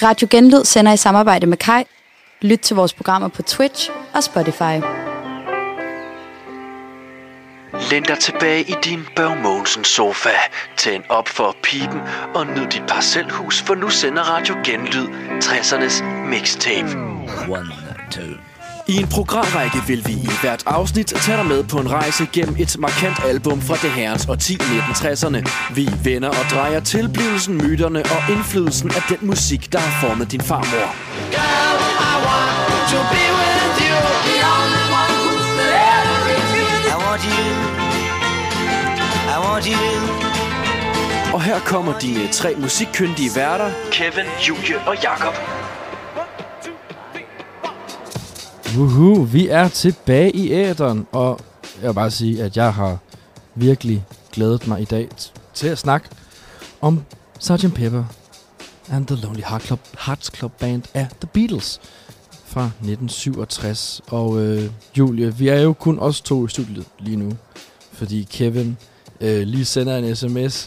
Radio Genlyd sender i samarbejde med Kai. Lyt til vores programmer på Twitch og Spotify. Læn dig tilbage i din Børge Mogensen sofa. Tænd op for pipen og nyd dit parcelhus, for nu sender Radio Genlyd 60'ernes mixtape. 1, 2. I en programrække vil vi i hvert afsnit tage dig med på en rejse gennem et markant album fra det herrens årti 1960'erne. Vi vender og drejer tilblivelsen, myterne og indflydelsen af den musik, der har formet din farmor. Girl, I want to be with you, the only one who's ever reach you. I want you, I want you. Og her kommer de tre musikkyndige værter, Kevin, Julie og Jakob. Vi er tilbage i æteren, og jeg vil bare sige, at jeg har virkelig glædet mig i dag til at snakke om Sgt. Pepper and the Lonely Hearts Club Band af The Beatles fra 1967. Og Julie, vi er jo kun os to i studiet lige nu, fordi Kevin lige sender en sms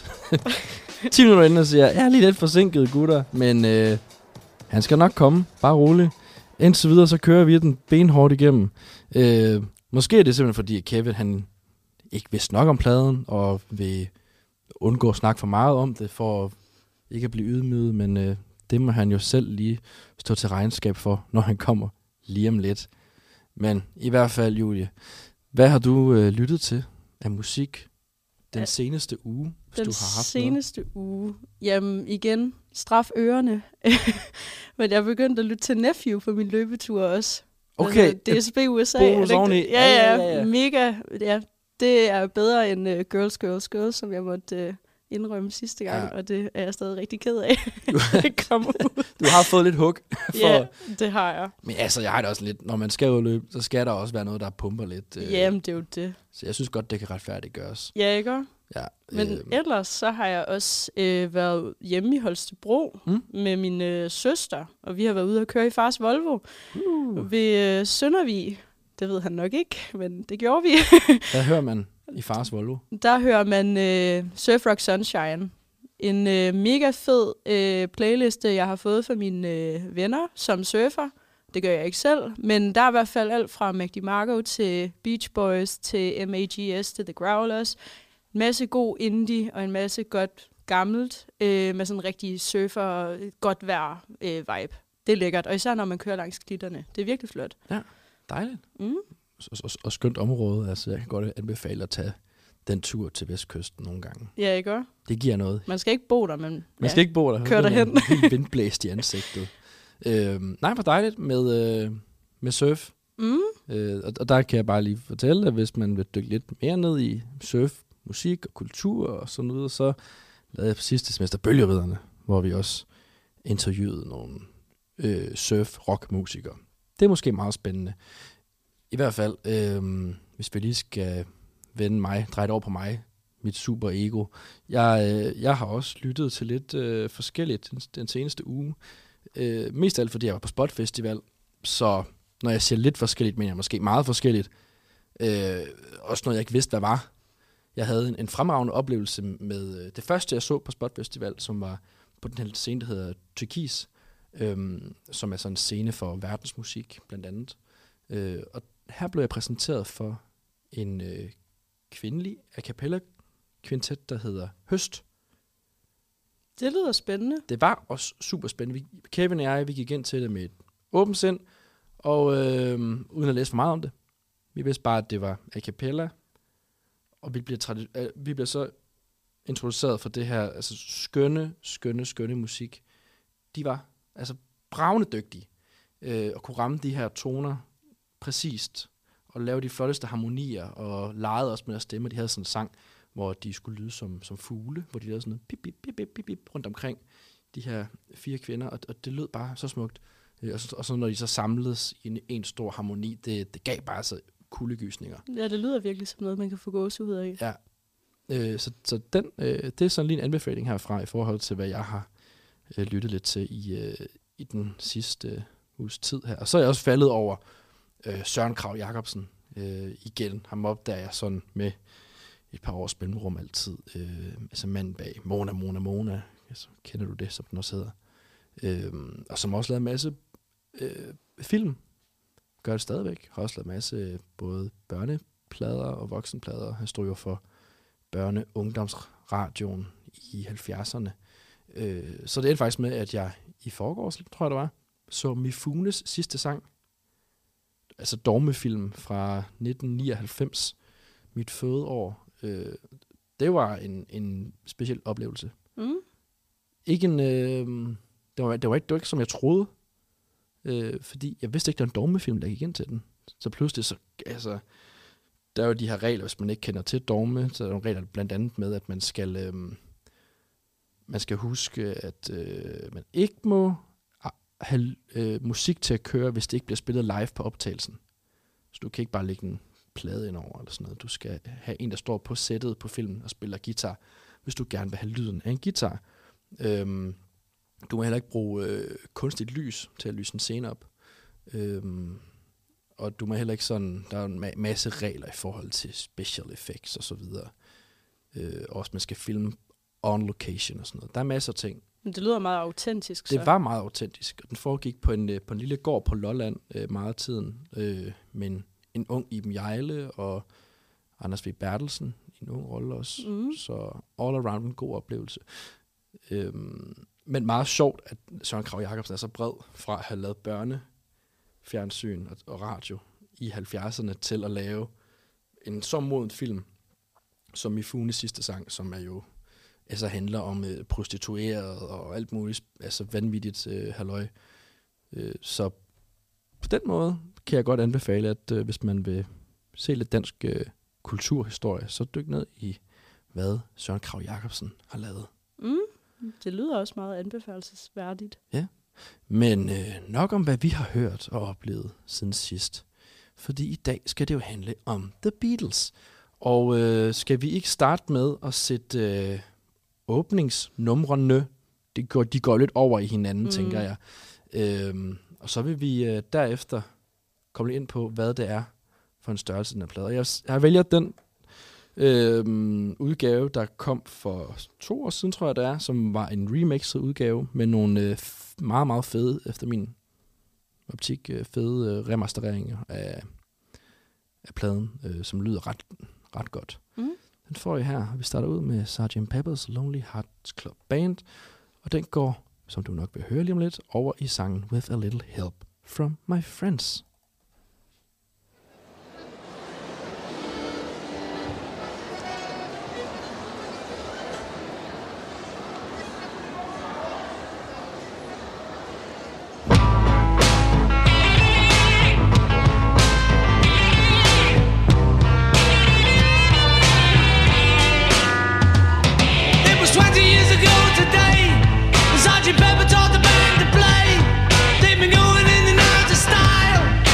10 minutter inden og siger, jeg er lige lidt forsinket, gutter, men han skal nok komme, bare rolig. Indtil videre, så kører vi den benhårdt igennem. Måske er det simpelthen fordi, at Kevin han ikke vil snakke om pladen, og vil undgå at snakke for meget om det, for ikke at blive ydmyget, men det må han jo selv lige stå til regnskab for, når han kommer lige om lidt. Men i hvert fald, Julie, hvad har du lyttet til af musik den seneste uge, hvis du har haft seneste uge? Jamen igen, straf ørerne. Men jeg begyndte at lytte til Nephew på min løbetur også. Okay. Altså, DSB USA. Ja, mega. Ja, det er bedre end Girls, Girls, Girls, som jeg måtte indrømme sidste gang, og det er jeg stadig rigtig ked af. Det kommer ud. Du har fået lidt hug. Ja, det har jeg. Men altså, jeg har det også lidt, når man skal udløbe, så skal der også være noget, der pumper lidt. Jamen, det er jo det. Så jeg synes godt, det kan retfærdiggøres. Ja, ikke? Ja. Men ellers så har jeg også været hjemme i Holstebro med min søster, og vi har været ude og køre i fars Volvo ved Søndervig. Det ved han nok ikke, men det gjorde vi. Hvad hører man i fars Volvo? Der hører man Surf Rock Sunshine. En mega fed playliste, jeg har fået fra mine venner som surfer. Det gør jeg ikke selv, men der er i hvert fald alt fra Mac DeMarco til Beach Boys til MAGS til The Growlers. En masse god indie og en masse godt gammelt med sådan en rigtig surfer, godt vejr vibe. Det er lækkert, og især når man kører langs klitterne. Det er virkelig flot. Ja, dejligt. Og skønt område. Altså, jeg kan godt anbefale at tage den tur til Vestkysten nogle gange. Ja, ikke også? Det giver noget. Man skal ikke bo der, men man skal ikke bo der. Kør derhen. Helt vindblæst i ansigtet. Nej, hvor dejligt med surf. Og der kan jeg bare lige fortælle, at hvis man vil dykke lidt mere ned i surf, musik og kultur og sådan noget, så lavede jeg på sidste semester Bølgeridderne, hvor vi også interviewede nogle surf-rock-musikere. Det er måske meget spændende. I hvert fald, hvis vi lige skal vende mig, dreje det over på mig, mit super ego. Jeg har også lyttet til lidt forskelligt den seneste uge. Mest af alt fordi jeg var på Spot Festival, så når jeg siger lidt forskelligt, mener jeg måske meget forskelligt. Også noget jeg ikke vidste, hvad var. Jeg havde en fremragende oplevelse med det første, jeg så på Spot Festival, som var på den her scene, der hedder Türkis, som er sådan en scene for verdensmusik, blandt andet. Og her blev jeg præsenteret for en kvindelig a cappella kvintet, der hedder Høst. Det lyder spændende. Det var også super spændende. Kevin og jeg, vi gik ind til det med et åbent sind, og uden at læse for meget om det. Vi vidste bare, at det var a cappella, og vi bliver så introduceret for det her altså skønne musik. De var altså bravende dygtige og kunne ramme de her toner præcist og lave de flotteste harmonier og legede også med deres stemmer. De havde sådan en sang, hvor de skulle lyde som fugle, hvor de lavede sådan noget pip, pip, pip, pip, pip, pip, rundt omkring de her 4 kvinder, og det lød bare så smukt. Og så når de så samledes i en stor harmoni, det gav bare så kuldegysninger. Ja, det lyder virkelig som noget, man kan få gåsehud af. Ja, så det er sådan lige en anbefaling herfra i forhold til, hvad jeg har lyttet lidt til i den sidste uges tid her. Og så er jeg også faldet over Søren Kragh Jacobsen igen. Ham opdager jeg sådan med et par års mellemrum altid. Altså manden bag Mona. Så kender du det, som den også hedder. Og som også lavet en masse film. Gør det stadigvæk. Har også lavet en masse både børneplader og voksenplader. Han stod jo for børne-ungdomsradioen i 70'erne. Så det endte faktisk med, at jeg i forgårs, tror jeg det var, så Mifunes sidste sang. Altså dogmefilm fra 1999. Mit fødeår. Det var en speciel oplevelse. Ikke en... Det var ikke, som jeg troede. Fordi jeg vidste ikke, der var en dogmefilm, der gik ind til den. Så pludselig så... Altså, der er jo de her regler, hvis man ikke kender til dogme. Så er der nogle regler blandt andet med, at man skal huske, at man ikke må have musik til at køre, hvis det ikke bliver spillet live på optagelsen. Så du kan ikke bare lægge en plade ind over eller sådan noget. Du skal have en, der står på sættet på filmen og spiller guitar, hvis du gerne vil have lyden af en guitar. Du må heller ikke bruge kunstigt lys til at lyse en scene op. Og du må heller ikke sådan... Der er en masse regler i forhold til special effects og så videre. Også man skal filme on location og sådan noget. Der er masser af ting. Men det lyder meget autentisk. Det var meget autentisk. Den foregik på en lille gård på Lolland meget af tiden. Men en ung Iben Hjejle og Anders V. Bertelsen i en ung rolle også. Så all around en god oplevelse. Men meget sjovt, at Søren Kragh Jacobsen er så bred fra at have lavet børnefjernsyn og radio i 70'erne til at lave en så moden film som Mifunes sidste sang, som er jo altså handler om prostitueret og alt muligt, altså vanvittigt halløj. Så på den måde kan jeg godt anbefale, at hvis man vil se lidt dansk kulturhistorie, så dyk ned i, hvad Søren Kragh Jacobsen har lavet. Det lyder også meget anbefalelsesværdigt. Ja, men nok om, hvad vi har hørt og oplevet siden sidst. Fordi i dag skal det jo handle om The Beatles. Og skal vi ikke starte med at sætte åbningsnumrene? De går lidt over i hinanden, tænker jeg. Og så vil vi derefter komme ind på, hvad det er for en størrelse, den her plade. Jeg vælger den udgave, der kom for 2 år siden, tror jeg det er, som var en remixet udgave med nogle meget, meget fede, efter min optik, fede remastereringer af pladen, som lyder ret godt. Den får I her. Vi starter ud med Sgt. Pepper's Lonely Hearts Club Band, og den går, som du nok vil høre lige om lidt, over i sangen With a Little Help from My Friends. Sgt. Pepper taught the band to play. They've been going in and out of style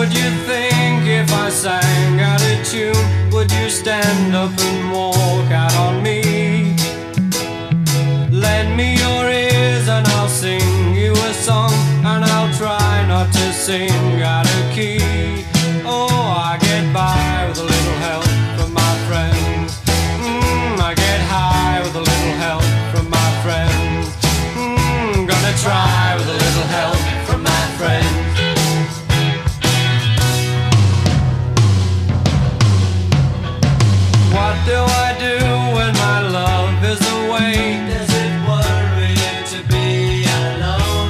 would you think if I sang out of tune? Would you stand up and walk out on me? Lend me your ears and I'll sing you a song, and I'll try not to sing out of key. Oh, I get by with a little help from my friends. I get high with a little help from my friends. Gonna try with a little help from my friends. What do I do when my love is away? Does it worry you to be alone?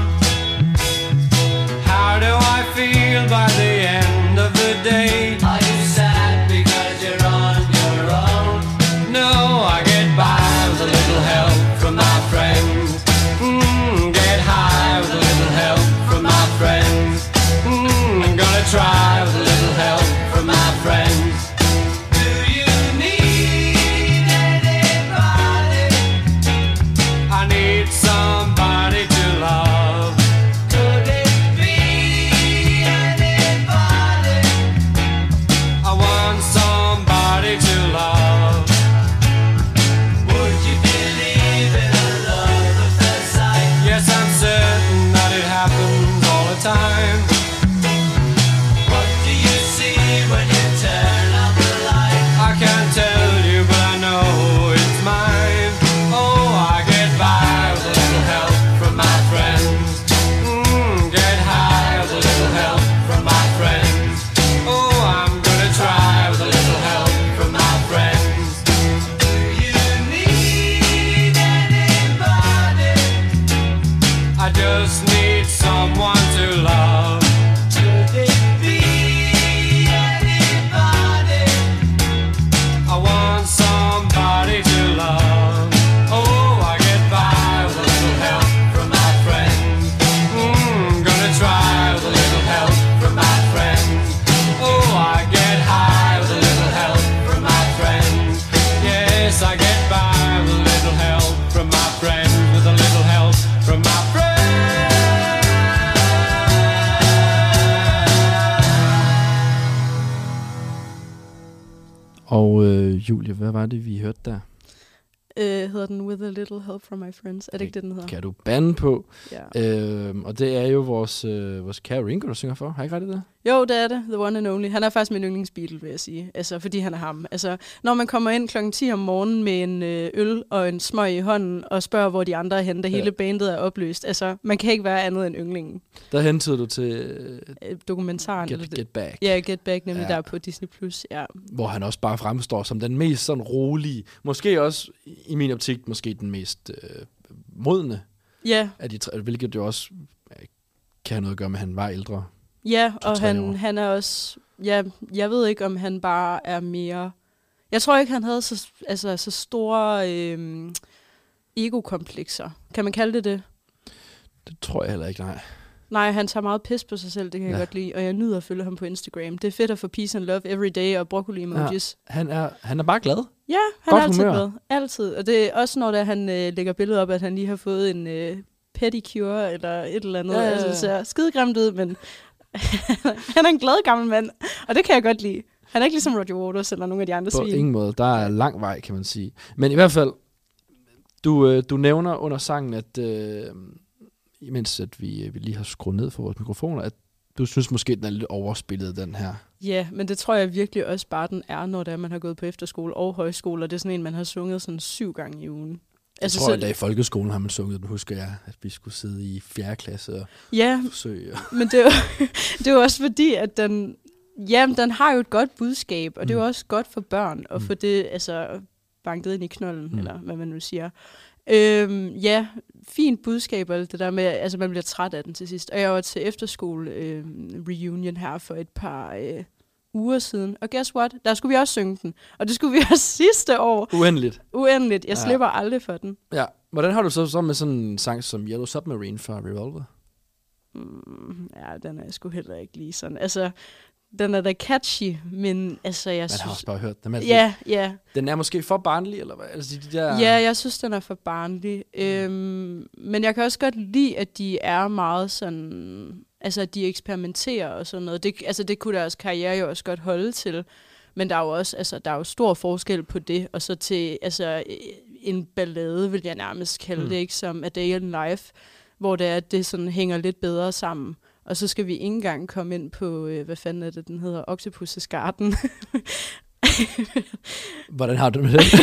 How do I feel by the end of the day? Are you sad because you're on your own? No, I get by with a little help from my friends. Get high with a little help from my friends. Gonna try with a little help from my friends. Do you need anybody? I need somebody to love. Could it be anybody? I want somebody to love. Would you believe in a love at first sight? Yes, I'm certain that it happens all the time. What do you see when you turn out the light? I can't tell you, but I know it's mine. Oh, I get by with a little help from my friends. Get high with a little help from my friends. Oh, I'm gonna try with a little help from my friends. Do you need anybody? I just need someone to love. Could it be anybody? I want somebody to love. Oh, I get by with a little help from my friends. Gonna try with a little help from my friends. Oh, I get high with a little help from my friends. Yes, I get by with a little help from my friends. With a little help from my friends. Og Julie, hvad var det, vi hørte der? Hedder den With a Little Help from My Friends? Er det ikke det, den hedder? Kan du bande på? Ja. Og det er jo vores kære Ringo, der synger for. Har jeg ikke ret i det? Jo, det er det. The one and only. Han er faktisk min yndlingsbeatle, vil jeg sige. Altså, fordi han er ham. Altså, når man kommer ind klokken 10 om morgenen med en øl og en smøg i hånden og spørger, hvor de andre er henne, da hele bandet er opløst. Altså, man kan ikke være andet end yndlingen. Der hentede du til dokumentaren. Get Back. Ja, Get Back, nemlig der på Disney+. Ja. Hvor han også bare fremstår som den mest sådan rolige, måske også i min optik, måske den mest modne af de tre, hvilket jo også kan have noget at gøre med, at han var ældre. Ja, og han er også... Ja, jeg ved ikke, om han bare er mere... Jeg tror ikke, han havde så store ego-komplekser. Kan man kalde det det? Det tror jeg heller ikke, nej. Nej, han tager meget pis på sig selv, det kan jeg godt lide. Og jeg nyder at følge ham på Instagram. Det er fedt at få peace and love every day og broccoli-emojis. Ja, han er bare glad. Ja, han godt er altid glad. Altid. Og det er også, når han lægger billeder op, at han lige har fået en pedicure eller et eller andet. Ja. Altså, det ser skidegrimt ud, men han er en glad gammel mand. Og det kan jeg godt lide. Han er ikke ligesom Roger Waters eller nogle af de andre svin. På ingen måde. Der er lang vej, kan man sige. Men i hvert fald, du nævner under sangen, at imens at vi lige har skruet ned for vores mikrofoner, at du synes måske, den er lidt overspillet, den her. Ja, men det tror jeg virkelig også bare, den er, når det er, man har gået på efterskole og højskole, og det er sådan en, man har sunget sådan 7 gange i ugen. Jeg tror, at i folkeskolen har man sunget den, husker jeg, at vi skulle sidde i 4. klasse og forsøge. Men det er jo også fordi, at den har jo et godt budskab, og det er jo også godt for børn, at få det banket ind i knolden, eller hvad man nu siger. Fint budskab, og det der med, altså man bliver træt af den til sidst. Og jeg var til efterskole reunion her for et par uger siden, og guess what? Der skulle vi også synge den, og det skulle vi også sidste år. Uendeligt. Jeg slipper aldrig for den. Ja. Hvordan har du så med sådan en sang som Yellow Submarine fra Revolver? Ja, den er sgu heller ikke lige sådan. Altså, den er da catchy, men altså, jeg synes... Man har også bare hørt den. Ja. Den er måske for barnlig, eller hvad? Altså, de der... Ja, jeg synes, den er for barnlig. Men jeg kan også godt lide, at de er meget sådan... Altså, at de eksperimenterer og sådan noget. Det kunne deres karriere jo også godt holde til. Men der er jo også, der er jo stor forskel på det, og så til en ballade, vil jeg nærmest kalde det, ikke, som A Day in Life, hvor det er, at det sådan hænger lidt bedre sammen. Og så skal vi ikke engang komme ind på, hvad fanden er det, den hedder, Octopus' Garden. Hvordan har du det med det?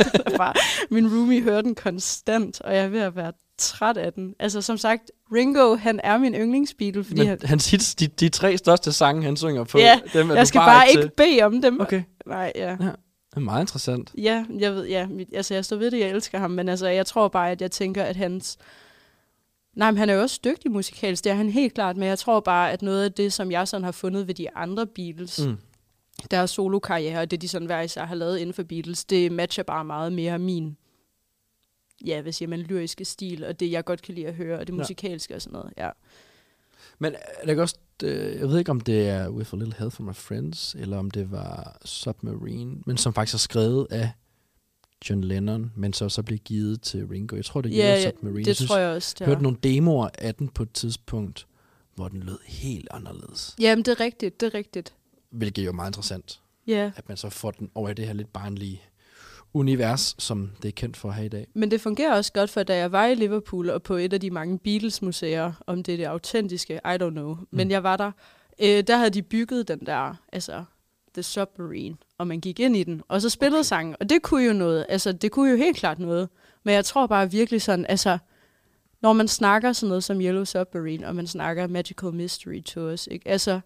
Min roomie hører den konstant, og jeg er ved at være træt af den. Altså, som sagt, Ringo, han er min yndlingsbeatle, fordi men hans hits, de 3 største sange, han synger på, dem er jeg skal bare ikke bede om dem. Okay. Nej, ja. Det er meget interessant. Ja, jeg ved, jeg står ved det, jeg elsker ham, men altså, jeg tror bare, at jeg tænker, at hans... Nej, men han er jo også dygtig musikalsk, det er han helt klart, men jeg tror bare, at noget af det, som jeg sådan har fundet ved de andre Beatles, deres solokarriere, og det de sådan hver især har lavet inden for Beatles, det matcher bare meget mere min, hvad siger man, lyriske stil, og det jeg godt kan lide at høre, og det musikalske og sådan noget, ja. Men er det også, jeg ved ikke om det er With a Little Help from My Friends, eller om det var Submarine, men som faktisk er skrevet af John Lennon, men så blev givet til Ringo. Jeg tror, det er Submarine. Det tror jeg også. Jeg hørte nogle demoer af den på et tidspunkt, hvor den lød helt anderledes. Jamen, det er rigtigt. Hvilket er jo meget interessant. Ja. At man så får den over i det her lidt barnlige univers, som det er kendt for her i dag. Men det fungerer også godt, for da jeg var i Liverpool, og på et af de mange Beatles-museer, om det er det autentiske, I don't know, men jeg var der, der havde de bygget den der, The Submarine, og man gik ind i den, og så spillede sangen, og det kunne jo noget, det kunne jo helt klart noget, men jeg tror bare virkelig sådan, når man snakker sådan noget som Yellow Submarine, og man snakker Magical Mystery Tours, ikke?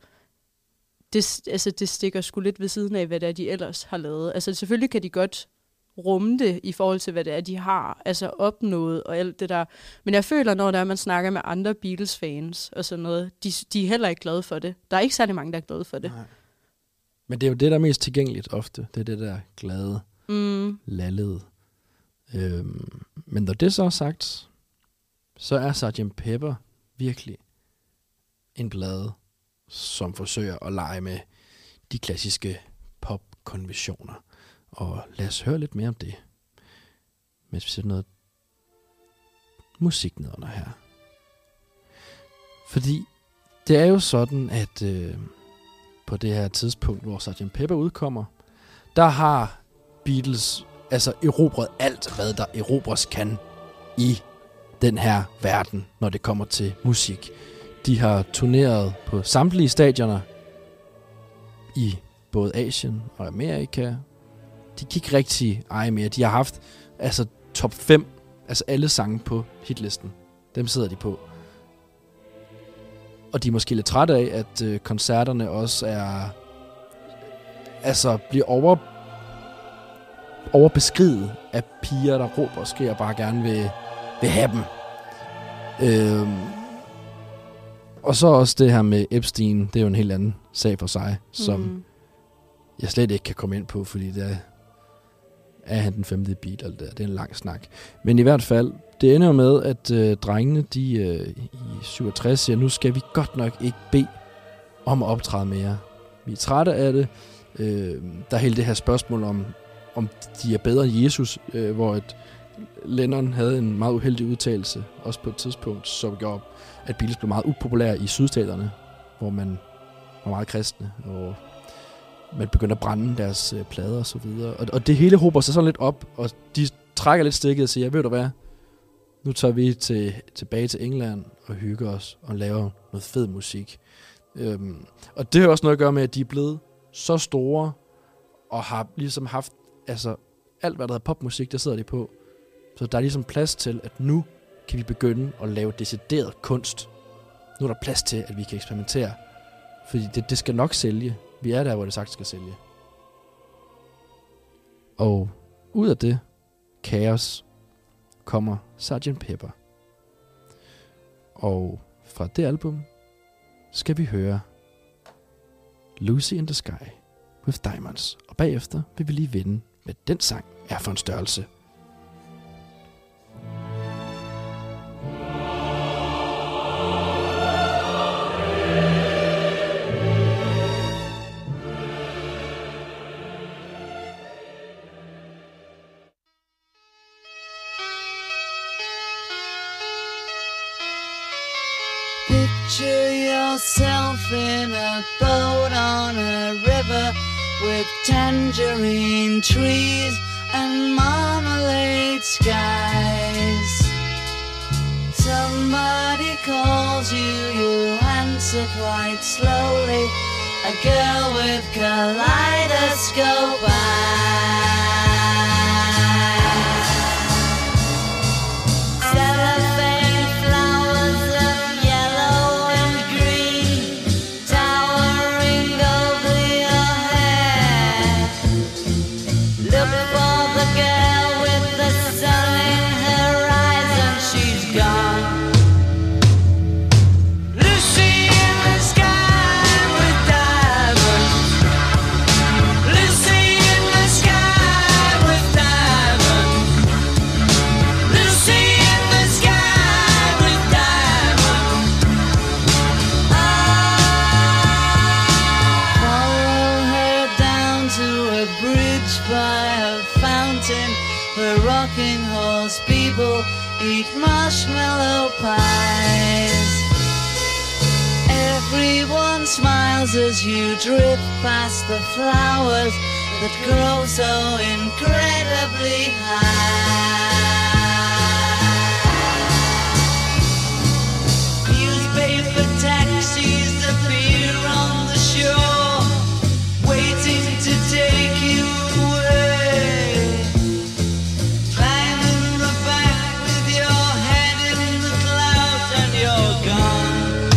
Det stikker sgu lidt ved siden af, hvad det er, de ellers har lavet. Selvfølgelig kan de godt rumme det i forhold til, hvad det er, de har opnået og alt det der. Men jeg føler, når der er, man snakker med andre Beatles-fans og sådan noget, de er heller ikke glade for det. Der er ikke særlig mange, der er glade for det. Nej. Men det er jo det, der er mest tilgængeligt ofte. Det er det der glade, lallede. Men når det så er sagt, så er Sgt. Pepper virkelig en plade, som forsøger at lege med de klassiske pop-konventioner. Og lad os høre lidt mere om det, mens vi sætter noget musik ned under her. Fordi det er jo sådan, at på det her tidspunkt, hvor Sgt. Pepper udkommer, der har Beatles erobret alt, hvad der erobres kan i den her verden, når det kommer til musik. De har turneret på samtlige stadioner i både Asien og Amerika. De gik rigtig mere. De har haft top 5, alle sange på hitlisten. Dem sidder de på. Og de er måske lidt trætte af, at koncerterne også bliver overbeskrivet af piger, der råber og skriger, bare gerne vil have dem. Og så også det her med Epstein, det er jo en helt anden sag for sig, som jeg slet ikke kan komme ind på, fordi det er han den 5. Beatle, det er en lang snak. Men i hvert fald, det ender jo med, at drengene, de i 67 siger, nu skal vi godt nok ikke bede om at optræde mere. Vi er trætte af det. Der er hele det her spørgsmål om de er bedre end Jesus, hvor Lennon havde en meget uheldig udtalelse, også på et tidspunkt, som gjorde, at Beatles blev meget upopulære i sydstaterne, hvor man var meget kristne, og man begyndte at brænde deres plader og så videre. Og det hele hober sig sådan lidt op, og de trækker lidt stikket og siger, ved du hvad, nu tager vi tilbage til England og hygger os og laver noget fed musik. Og det har også noget at gøre med, at de er blevet så store, og har ligesom haft alt, hvad der hedder popmusik, der sidder de på. Så der er ligesom plads til, at nu kan vi begynde at lave decideret kunst. Nu er der plads til, at vi kan eksperimentere. Fordi det skal nok sælge. Vi er der, hvor det sagt skal sælge. Og ud af det kaos kommer Sgt. Pepper. Og fra det album skal vi høre Lucy in the Sky with Diamonds. Og bagefter vil vi lige vende, hvad den sang er for en størrelse. Pick Picture yourself in a boat on a river with tangerine trees and marmalade skies. Somebody calls you, you answer quite slowly. A girl with kaleidoscope eyes. Cellophane flowers of yellow and green towering over your head. Look for the girl with the sun in her eyes and she's gone. Lucy in the sky with diamonds. Lucy in the sky with diamonds. Lucy in the sky with diamonds. Follow her down to a bridge by a fountain where rocking horse people eat marshmallow pies. Everyone smiles as you drift past the flowers that grow so incredibly high. Newspaper taxis appear on the shore, waiting to take you away. Climb in the back with your head in the clouds and you're gone.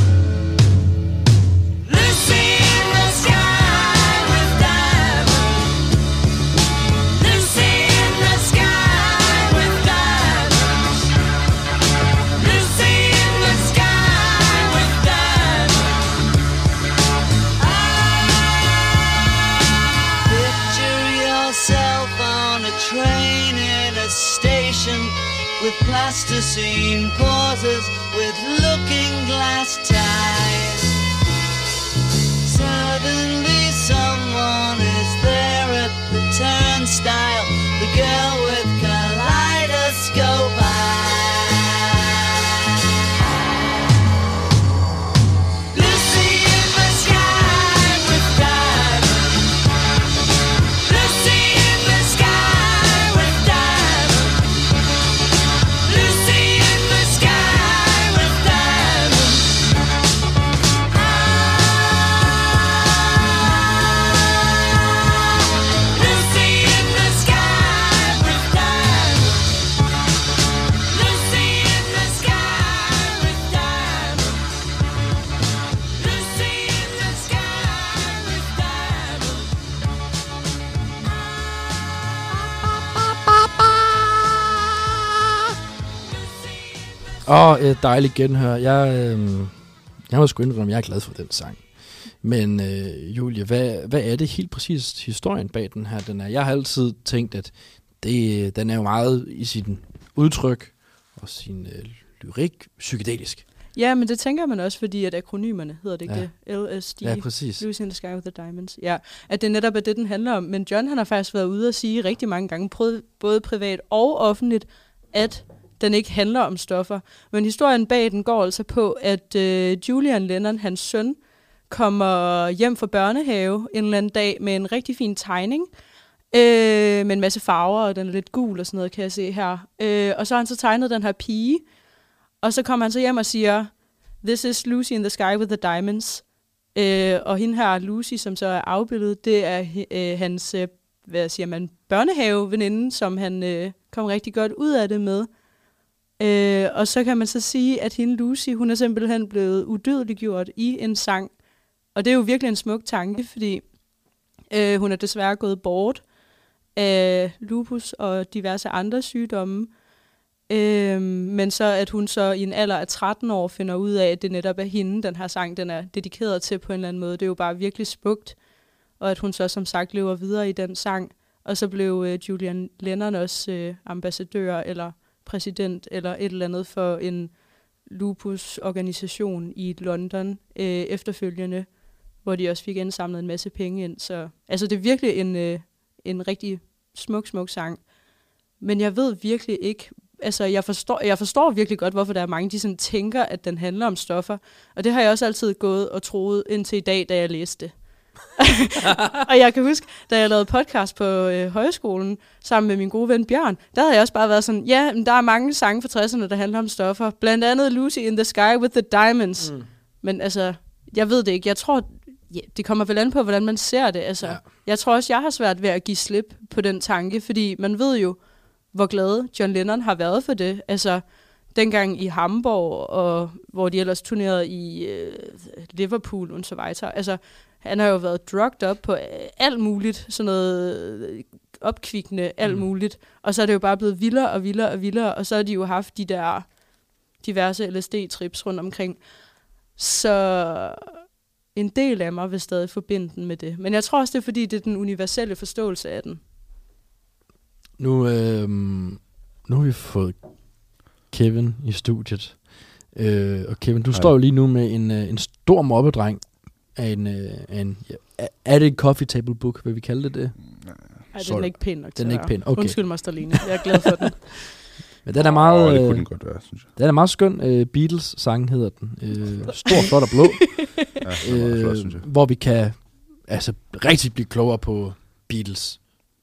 Lucy in the sky with diamonds. Lucy in the sky with diamonds. Lucy in the sky with diamonds. Picture yourself on a train in a station with plasticine pauses with looking glass ties. Suddenly someone is there at the turnstile, the girl with kaleidoscope eyes. Lucy in the sky with diamonds. Lucy in the sky with diamonds. Lucy in the sky with diamonds. Lucy in the sky with diamonds. Lucy in the sky with diamonds. Lucy in the sky with diamonds. Et dejligt genhør. Jeg må sgu indrømme, jeg er glad for den sang. Men Julie, hvad er det helt præcis historien bag den her? Jeg har altid tænkt, at den er jo meget i sin udtryk og sin lyrik psykedelisk. Ja, men det tænker man også, fordi at akronymerne hedder det ikke Ja. det? LSD. Ja, præcis. Lucy in the Sky with the Diamonds. Ja, at det netop er det, den handler om. Men John, han har faktisk været ude at sige rigtig mange gange, både privat og offentligt, at den ikke handler om stoffer. Men historien bag den går altså på, at Julian Lennon, hans søn, kommer hjem fra børnehave en eller anden dag med en rigtig fin tegning, med en masse farver, og den er lidt gul og sådan noget, kan jeg se her. Og så har han så tegnet den her pige, og så kommer han så hjem og siger, "This is Lucy in the Sky with the Diamonds." Og hende her, Lucy, som så er afbildet, det er hans, børnehaveveninde, som han kom rigtig godt ud af det med. Og så kan man så sige, at hende Lucy, hun er simpelthen blevet udødeliggjort i en sang. Og det er jo virkelig en smuk tanke, fordi hun er desværre gået bort af lupus og diverse andre sygdomme. Men så at hun så i en alder af 13 år finder ud af, at det netop er hende, den her sang, den er dedikeret til på en eller anden måde. Det er jo bare virkelig smukt. Og at hun så som sagt lever videre i den sang. Og så blev Julian Lennon også ambassadør eller præsident eller et eller andet for en lupus-organisation i London efterfølgende, hvor de også fik indsamlet en masse penge ind. Så altså, det er virkelig en rigtig smuk sang. Men jeg ved virkelig ikke, altså, jeg forstår virkelig godt, hvorfor der er mange, de sådan tænker, at den handler om stoffer. Og det har jeg også altid gået og troet indtil i dag, da jeg læste det. Og jeg kan huske, da jeg lavede podcast på højskolen sammen med min gode ven Bjørn, der havde jeg også bare været sådan, ja, men der er mange sange fra 60'erne, der handler om stoffer. Blandt andet Lucy in the Sky with the Diamonds. Men altså, jeg ved det ikke. Jeg tror, det kommer vel an på, hvordan man ser det. Altså, jeg tror også, jeg har svært ved at give slip på den tanke, fordi man ved jo, hvor glad John Lennon har været for det. Altså, dengang i Hamburg, og hvor de ellers turnerede i Liverpool og så videre. Altså, han har jo været drugged op på alt muligt, sådan noget opkvikkende, alt muligt. Og så er det jo bare blevet vildere og vildere og vildere, og så har de jo haft de der diverse LSD-trips rundt omkring. Så en del af mig vil stadig forbinde den med det. Men jeg tror også, det er fordi, det er den universelle forståelse af den. Nu har vi fået Kevin i studiet. Og Kevin, du står jo lige nu med en stor mobbedreng af en er det en coffee table book, vil vi kalde det? Nej, den er ikke pæn nok til den er ikke pæn. Okay. Undskyld mig, Starline. Jeg er glad for den. Men den er meget, det kunne den godt være, synes jeg. Den er meget skøn. Beatles-sang hedder den. Stor, flot og blå. Ja, flot, synes jeg. Hvor vi kan rigtig blive klogere på Beatles.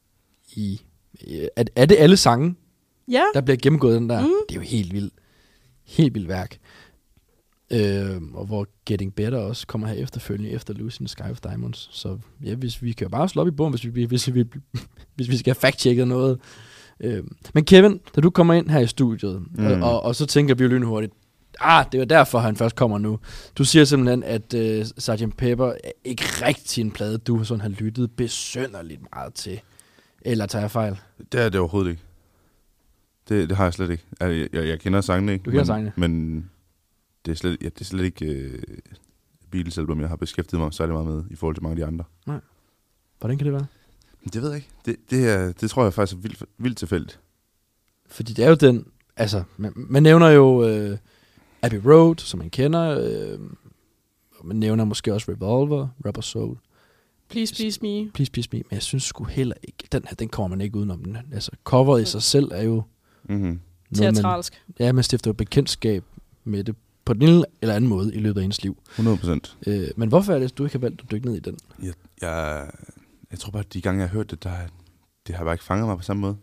Er det alle sange, der bliver gennemgået den der? Det er jo helt vildt. Helt vildt værk. Og hvor Getting Better også kommer her efterfølgende efter Lucy in the Sky with Diamonds. Så ja, vi kan jo bare slå op i bogen, hvis vi skal have fact-checket noget. Men Kevin, da du kommer ind her i studiet, og så tænker vi jo lynhurtigt, det var derfor, han først kommer nu. Du siger simpelthen, at Sgt. Pepper er ikke rigtig en plade, du sådan har lyttet besynderligt meget til. Eller tager jeg fejl? Det er det overhovedet ikke. Det har jeg slet ikke. Jeg kender sangene, ikke? Du kender sangene? Men det er slet ikke Beatles-album, jeg har beskæftiget mig særlig meget med, i forhold til mange af de andre. Nej. Hvordan kan det være? Det ved jeg ikke. Det tror jeg faktisk er vildt tilfældigt. Fordi det er jo den, altså, man nævner jo Abbey Road, som man kender, man nævner måske også Revolver, Rubber Soul. Please Please Me. Please Please Me, men jeg synes sgu heller ikke, den kommer man ikke udenom den. Altså, coveret i sig selv er jo teatralsk. Man stifter jo bekendtskab med det på den ene eller anden måde i løbet af ens liv. 100%. Men hvorfor er det, at du ikke har valgt at dykke ned i den? Jeg tror bare, at de gange, jeg har hørt det, det har bare ikke fanget mig på samme måde.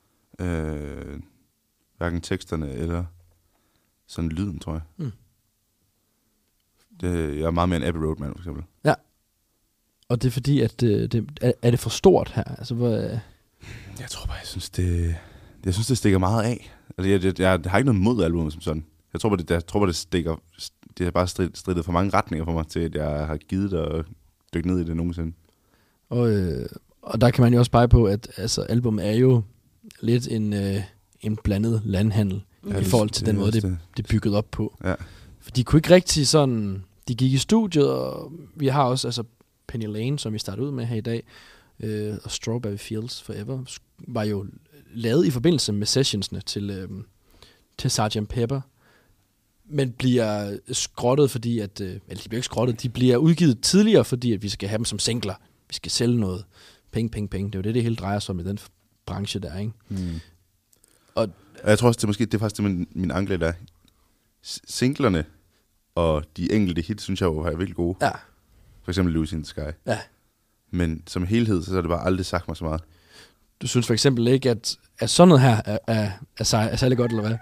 Hverken teksterne eller sådan lyden, tror jeg. Jeg er meget mere en Abbey Road man, for eksempel. Ja. Og det er fordi, at er det for stort her? Altså, jeg tror bare, jeg synes, det stikker meget af. Altså, jeg har ikke noget mod albumet som sådan. Jeg tror bare, det stikker. Det har bare stridet for mange retninger for mig til, at jeg har givet at dykke ned i det nogensinde. Og der kan man jo også pege på, at altså, albumet er jo lidt en blandet landhandel i forhold til den måde, det er bygget op på. Ja. For de kunne ikke rigtig sådan. De gik i studiet, og vi har også altså Penny Lane, som vi startede ud med her i dag, og Strawberry Fields Forever, var jo lavet i forbindelse med sessionsne til Sgt. Pepper, men bliver skrottet, fordi at eller de bliver ikke skrottet, de bliver udgivet tidligere, fordi at vi skal have dem som singler. Vi skal sælge noget. Penge. Det er jo det hele drejer sig om i den branche der, ikke? Og jeg tror også, det er faktisk min angle der. Singlerne og de enkelte hits, synes jeg jo er virkelig gode. Ja. For eksempel Lucy in the Sky. Ja. Men som helhed, så har det bare aldrig sagt mig så meget. Du synes for eksempel ikke, at sådan noget her er særlig godt, eller hvad?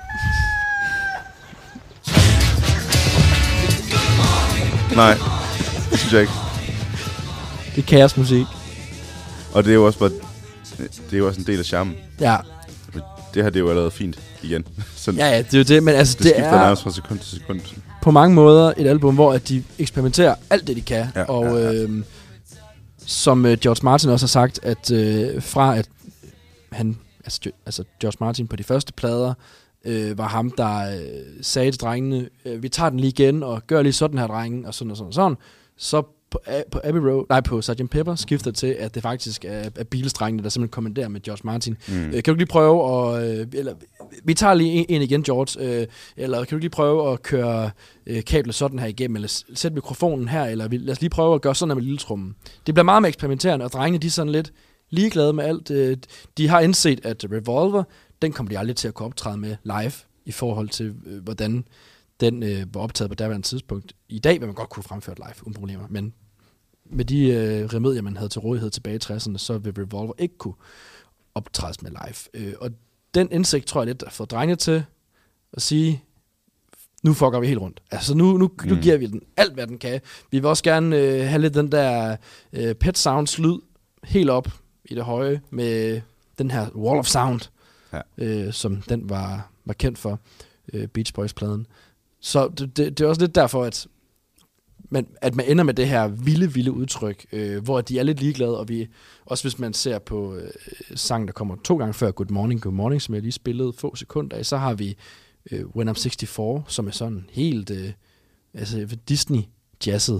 Nej, det synes jeg ikke. Det er kaosmusik. Og det er jo også bare, det er jo også en del af charmen. Ja. Det her, det er jo allerede fint igen. Sådan, ja, det er jo det, men altså det skifter nærmest fra sekund til sekund. På mange måder et album, hvor at de eksperimenterer alt det, de kan. Ja, og som George Martin også har sagt, at fra at han, altså George Martin på de første plader, var ham, der sagde til drengene, vi tager den lige igen, og gør lige sådan her, drengen, og sådan og sådan og sådan. Så på Abbey Road, på Sgt. Pepper skifter til, at det faktisk er Beatles-drengene, der simpelthen kommanderer med George Martin. Kan du lige prøve eller vi tager lige en igen, George, eller kan du lige prøve at køre kablet sådan her igennem, eller sætte mikrofonen her, eller lad os lige prøve at gøre sådan her med lille trummen. Det bliver meget mere eksperimenterende, og drengene, de er sådan lidt ligeglade med alt. De har indset, at Revolver, den kommer de aldrig til at kunne optræde med live, i forhold til, hvordan den var optaget på derværende tidspunkt. I dag vil man godt kunne fremføre live, uden problemer, men med de remedier, man havde til rådighed tilbage i 60'erne, så vil Revolver ikke kunne optrædes med live. Og den indsigt, tror jeg lidt, får drengene til at sige, nu fucker vi helt rundt. Altså, nu giver vi den alt, hvad den kan. Vi vil også gerne have lidt den der Pet Sounds lyd helt op i det høje, med den her Wall of Sound, som den var kendt for, Beach Boys-pladen. Så det er også lidt derfor, at man ender med det her vilde udtryk, hvor de er lidt ligeglade, og vi, også hvis man ser på sangen, der kommer 2 gange før Good Morning, som jeg lige spillede få sekunder af, så har vi When I'm 64, som er sådan helt Disney-jazzet,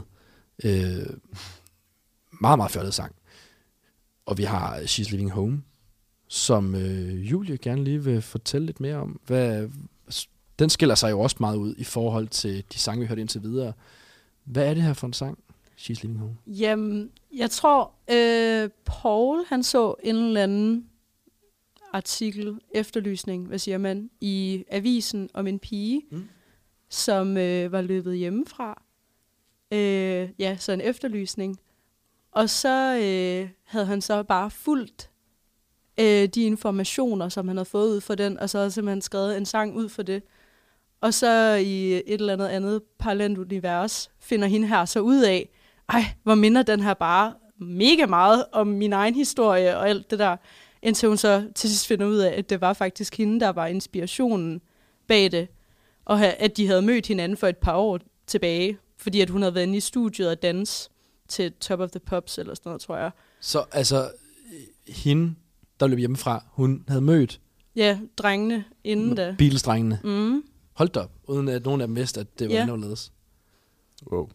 meget fjollet sang. Og vi har She's Leaving Home, som Julie gerne lige vil fortælle lidt mere om. Den skiller sig jo også meget ud i forhold til de sange, vi hørte indtil videre. Hvad er det her for en sang, She's Leaving Home? Jamen, jeg tror, Paul, han så en eller anden artikel, efterlysning, hvad siger man, i avisen om en pige, som var løbet hjemmefra. Så en efterlysning. Og så havde han så bare fulgt de informationer, som han havde fået ud for den, og så havde simpelthen skrevet en sang ud for det. Og så i et eller andet parallelt univers finder hende her så ud af, hvor minder den her bare mega meget om min egen historie og alt det der, indtil hun så til sidst finder ud af, at det var faktisk hende, der var inspirationen bag det, og at de havde mødt hinanden for et par år tilbage, fordi at hun havde været inde i studiet og danse til Top of the Pops eller sådan noget, tror jeg. Så altså, hende, der løb hjemmefra, hun havde mødt... Ja, drengene inden da. Beatles-drengene. Holdt op, uden at nogen af dem vidste, at det var anderledes. Wow.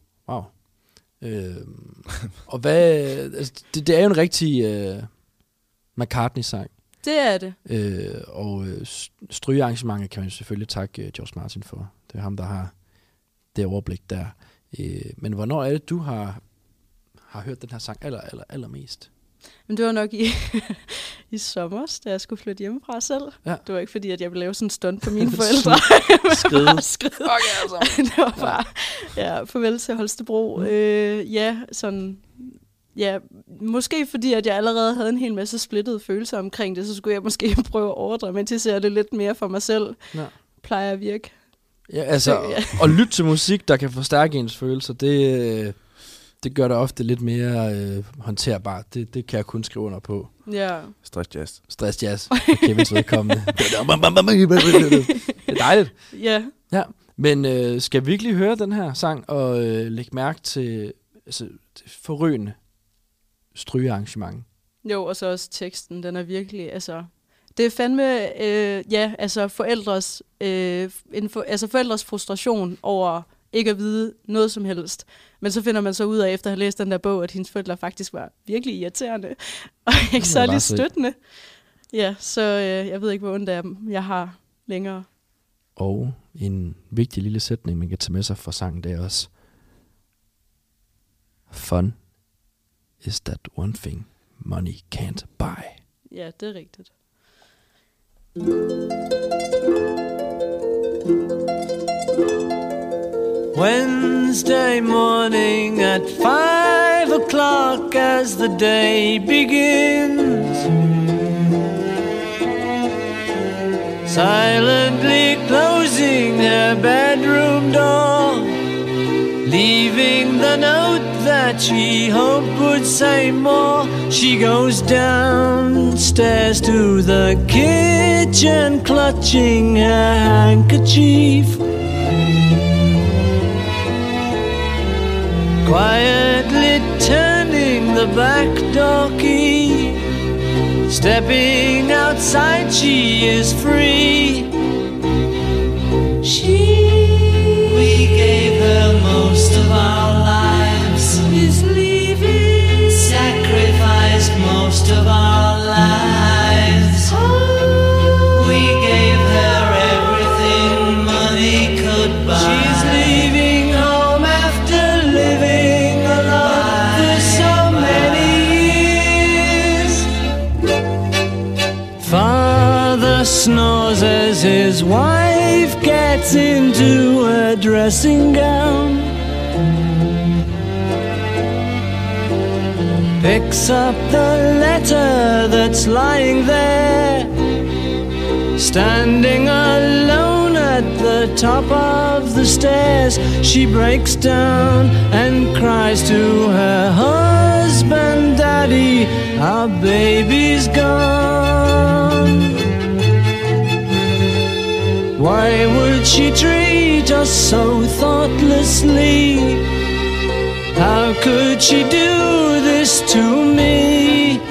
Og hvad... Altså, det er jo en rigtig McCartney-sang. Det er det. Og strygearrangementet kan man jo selvfølgelig takke George Martin for. Det er ham, der har det overblik der. Men hvornår er det, du har hørt den her sang allermest? Men det var nok i sommer, da jeg skulle flytte hjemmefra selv. Ja. Det var ikke fordi, at jeg ville lave sådan en stunt på mine forældre. Skride. Okay, altså. Det var bare, farvel til Holstebro. Måske fordi, at jeg allerede havde en hel masse splittede følelser omkring det, så skulle jeg måske prøve at overdramatisere det lidt mere for mig selv. Ja. Plejer at virke. Ja, altså, at lytte til musik, der kan forstærke ens følelser, det gør det ofte lidt mere håndterbart. Det kan jeg kun skrive under på. Ja. Stress jazz. For Kevins vedkommende. Det er dejligt. Ja. Ja. Men skal vi virkelig høre den her sang og lægge mærke til det forrygende strygearrangement? Jo, og så også teksten. Den er virkelig, altså... Det er fandme, forældres frustration over ikke at vide noget som helst. Men så finder man så ud af, efter at have læst den der bog, at hendes forældre faktisk var virkelig irriterende, og ikke særlig støttende. Ja, så jeg ved ikke, hvor ondt af dem jeg har længere. Og en vigtig lille sætning, man kan tage med sig fra sangen, det er også: Fun is that one thing money can't buy. Ja, det er rigtigt. Wednesday morning at 5 o'clock as the day begins, silently closing her bedroom door, leaving the note that she hoped would say more. She goes downstairs to the kitchen, clutching her handkerchief, quietly turning the back door key. Stepping outside, she is free. We gave her most of our lives. Is leaving. Sacrificed most of our lives. We gave her everything money could buy. She's leaving home after living alone for so many years. Father snores as his wife gets into a dressing gown. Picks up the letter that's lying there, standing alone at the top of the stairs. She breaks down and cries to her husband, Daddy, our baby's gone. Why would she treat us so thoughtlessly? How could she do this to me?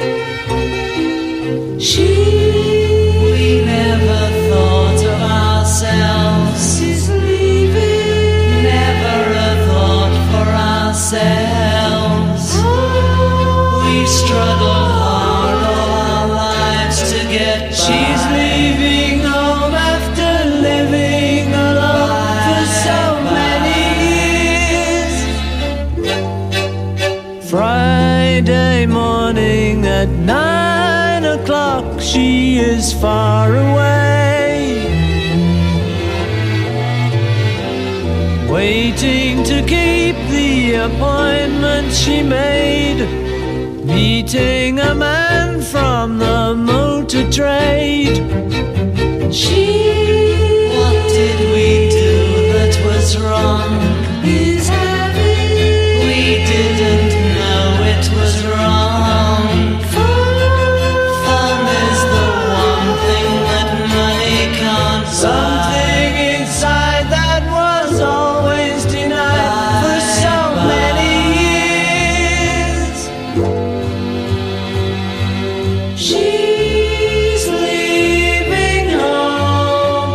We never thought of ourselves. She's leaving. Never a thought for ourselves. We struggled hard all our lives to get by. She's leaving home after living alone for so many years. Friday morning at 9 o'clock, she is far away, waiting to keep the appointment she made, meeting a man from the motor trade. What did we do that was wrong? He's having. We didn't know it was wrong. Fun is the one thing that money can't buy. Something inside that was always denied for so many years. She's leaving home,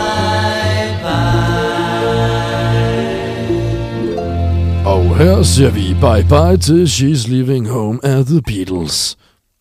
bye-bye. Og her ser vi Bye Bye til She's Leaving Home af The Beatles.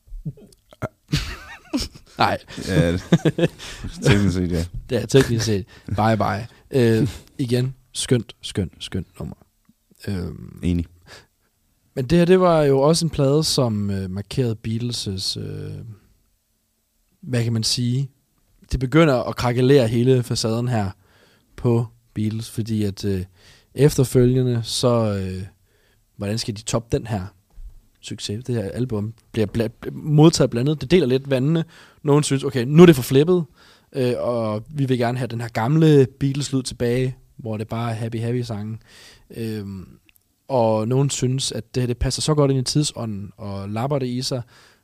Nej. Ja, teknisk set, ja. Det er teknisk set. Bye Bye. Igen, skønt nummer. Enig. Men det her, det var jo også en plade, som markerede Beatles' hvad kan man sige? Det begynder at krakelere hele facaden her på Beatles, fordi at efterfølgende, så hvordan skal de toppe den her succes? Det her album bliver modtaget blandet. Det deler lidt vandene. Nogen synes, okay, nu er det for flippet, og vi vil gerne have den her gamle Beatles-lyd tilbage, hvor det bare er happy-sange. Og nogen synes, at det her det passer så godt ind i tidsånden, og lapper det i sig.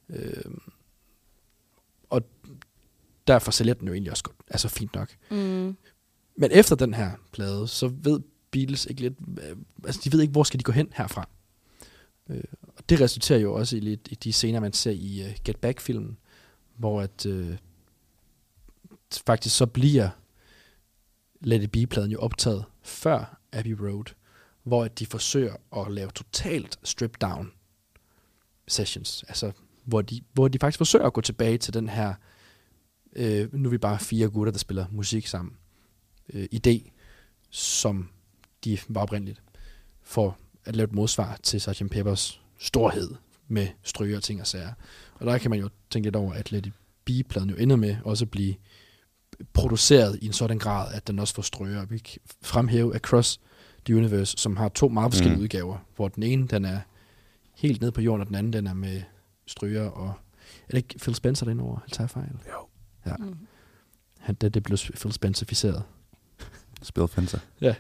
Og derfor sælger den jo egentlig også godt, altså fint nok. Mm. Men efter den her plade, så ved Beatles ikke lidt, altså de ved ikke, hvor skal de gå hen herfra. Og det resulterer jo også i de scener, man ser i Get Back-filmen, hvor at faktisk så bliver Let It Be-pladen jo optaget før Abbey Road, hvor at de forsøger at lave totalt strip-down sessions, altså hvor de faktisk forsøger at gå tilbage til den her, nu er vi bare 4 gutter, der spiller musik sammen, idé, som de var oprindeligt, for at lave et modsvar til Sgt. Peppers storhed med stryger og ting og sager. Og der kan man jo tænke lidt over, at Let It Be-pladen jo ender med også at blive produceret i en sådan grad, at den også får stryger. Vi kan fremhæve Across the Universe, som har 2 meget forskellige udgaver, hvor den ene, den er helt nede på jorden, og den anden, den er med stryger, og er det ikke Phil Spencer derinde over? Tager jeg fejl? Jo. Ja. Det blev Phil Spencer-ficeret. Spil Spencer. Ja.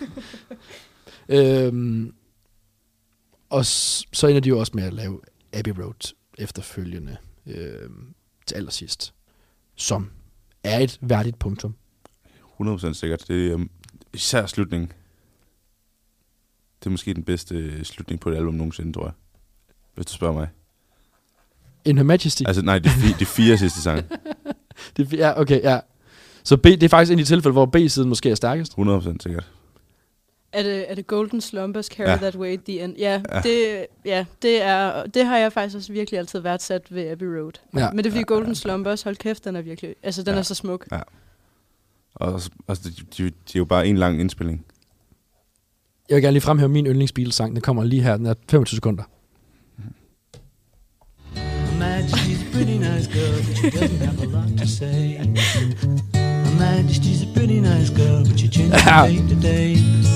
Og så ender de jo også med at lave Abbey Road efterfølgende til allersidst, som er et værdigt punktum. 100% sikkert. Det er især slutningen. Det er måske den bedste slutning på et album nogensinde, tror jeg. Hvis du spørger mig. In Her Majesty? Altså nej, de 4 sidste sange. Ja, okay, ja. Så B, det er faktisk en af de tilfælde, hvor B-siden måske er stærkest? 100% sikkert. Er det Golden Slumbers Carry That Way at the End? Ja, det har jeg faktisk også virkelig altid værdsat ved Abbey Road. Ja. Men det er fordi Golden Slumbers, hold kæft, den er virkelig, altså den er så smuk. Ja. Og altså, de er jo bare en lang indspilning. Jeg vil gerne lige fremhæve min yndlingsbeatles-sang. Den kommer lige her, den er 25 sekunder. Majesty's pretty now. nice girl, but she doesn't have a lot to say. Her Majesty's a pretty nice girl, but she changes from day to day.